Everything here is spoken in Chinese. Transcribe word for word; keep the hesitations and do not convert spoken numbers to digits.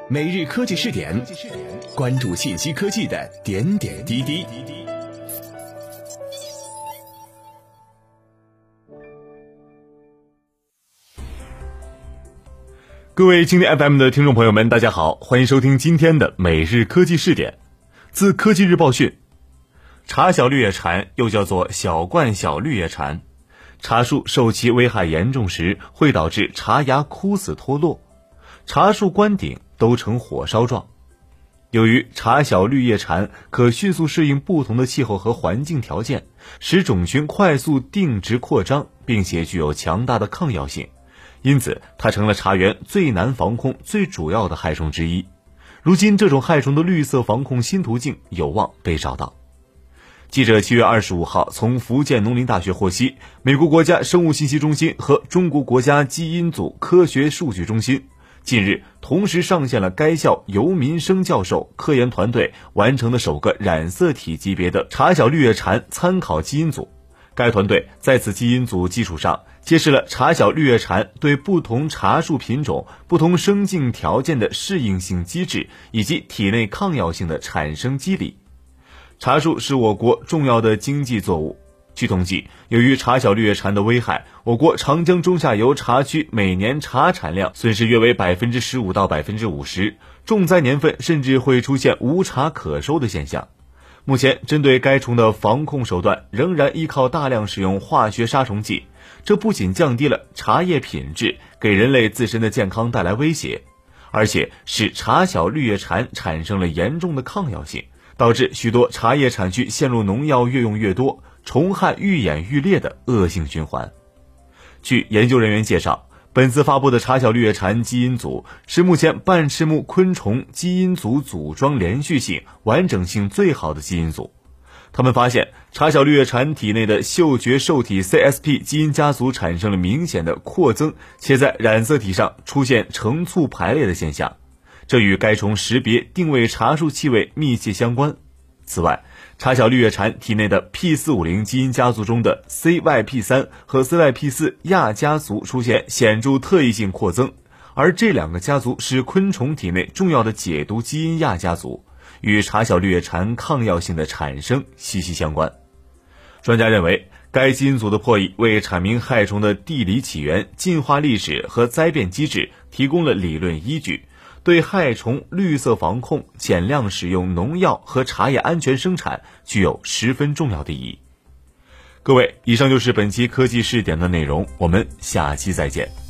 每日科技视点，关注信息科技的点点滴滴。各位今天 F M 的听众朋友们，大家好，欢迎收听今天的每日科技视点。自科技日报讯，茶小绿叶蝉又叫做小冠小绿叶蝉，茶树受其危害严重时，会导致茶芽枯死脱落，茶树冠顶都呈火烧状。由于茶小绿叶蝉可迅速适应不同的气候和环境条件，使种群快速定植扩张，并且具有强大的抗药性，因此它成了茶园最难防控、最主要的害虫之一。如今这种害虫的绿色防控新途径有望被找到。记者七月二十五号从福建农林大学获悉，美国国家生物信息中心和中国国家基因组科学数据中心近日同时上线了该校尤民生教授科研团队完成的首个染色体级别的茶小绿叶蝉参考基因组。该团队在此基因组基础上，揭示了茶小绿叶蝉对不同茶树品种、不同生境条件的适应性机制以及体内抗药性的产生机理。茶树是我国重要的经济作物。据统计，由于茶小绿叶蝉的危害，我国长江中下游茶区每年茶产量损失约为 百分之十五 到 百分之五十， 重灾年份甚至会出现无茶可收的现象。目前针对该虫的防控手段仍然依靠大量使用化学杀虫剂，这不仅降低了茶叶品质，给人类自身的健康带来威胁，而且使茶小绿叶蝉产生了严重的抗药性，导致许多茶叶产区陷入农药越用越多、虫害愈演愈烈的恶性循环。据研究人员介绍，本次发布的茶小绿叶蝉基因组是目前半翅目昆虫基因组组装连续性、完整性最好的基因组。他们发现茶小绿叶蝉体内的嗅觉受体 C S P 基因家族产生了明显的扩增，且在染色体上出现成簇排列的现象，这与该虫识别定位茶树气味密切相关。此外，茶小绿叶蝉体内的 P 四五零 基因家族中的 C Y P 三 和 C Y P 四 亚家族出现显著特异性扩增，而这两个家族是昆虫体内重要的解毒基因亚家族，与茶小绿叶蝉抗药性的产生息息相关。专家认为，该基因组的破译为阐明害虫的地理起源、进化历史和灾变机制提供了理论依据，对害虫绿色防控、减量使用农药和茶叶安全生产具有十分重要的意义。各位，以上就是本期科技视点的内容，我们下期再见。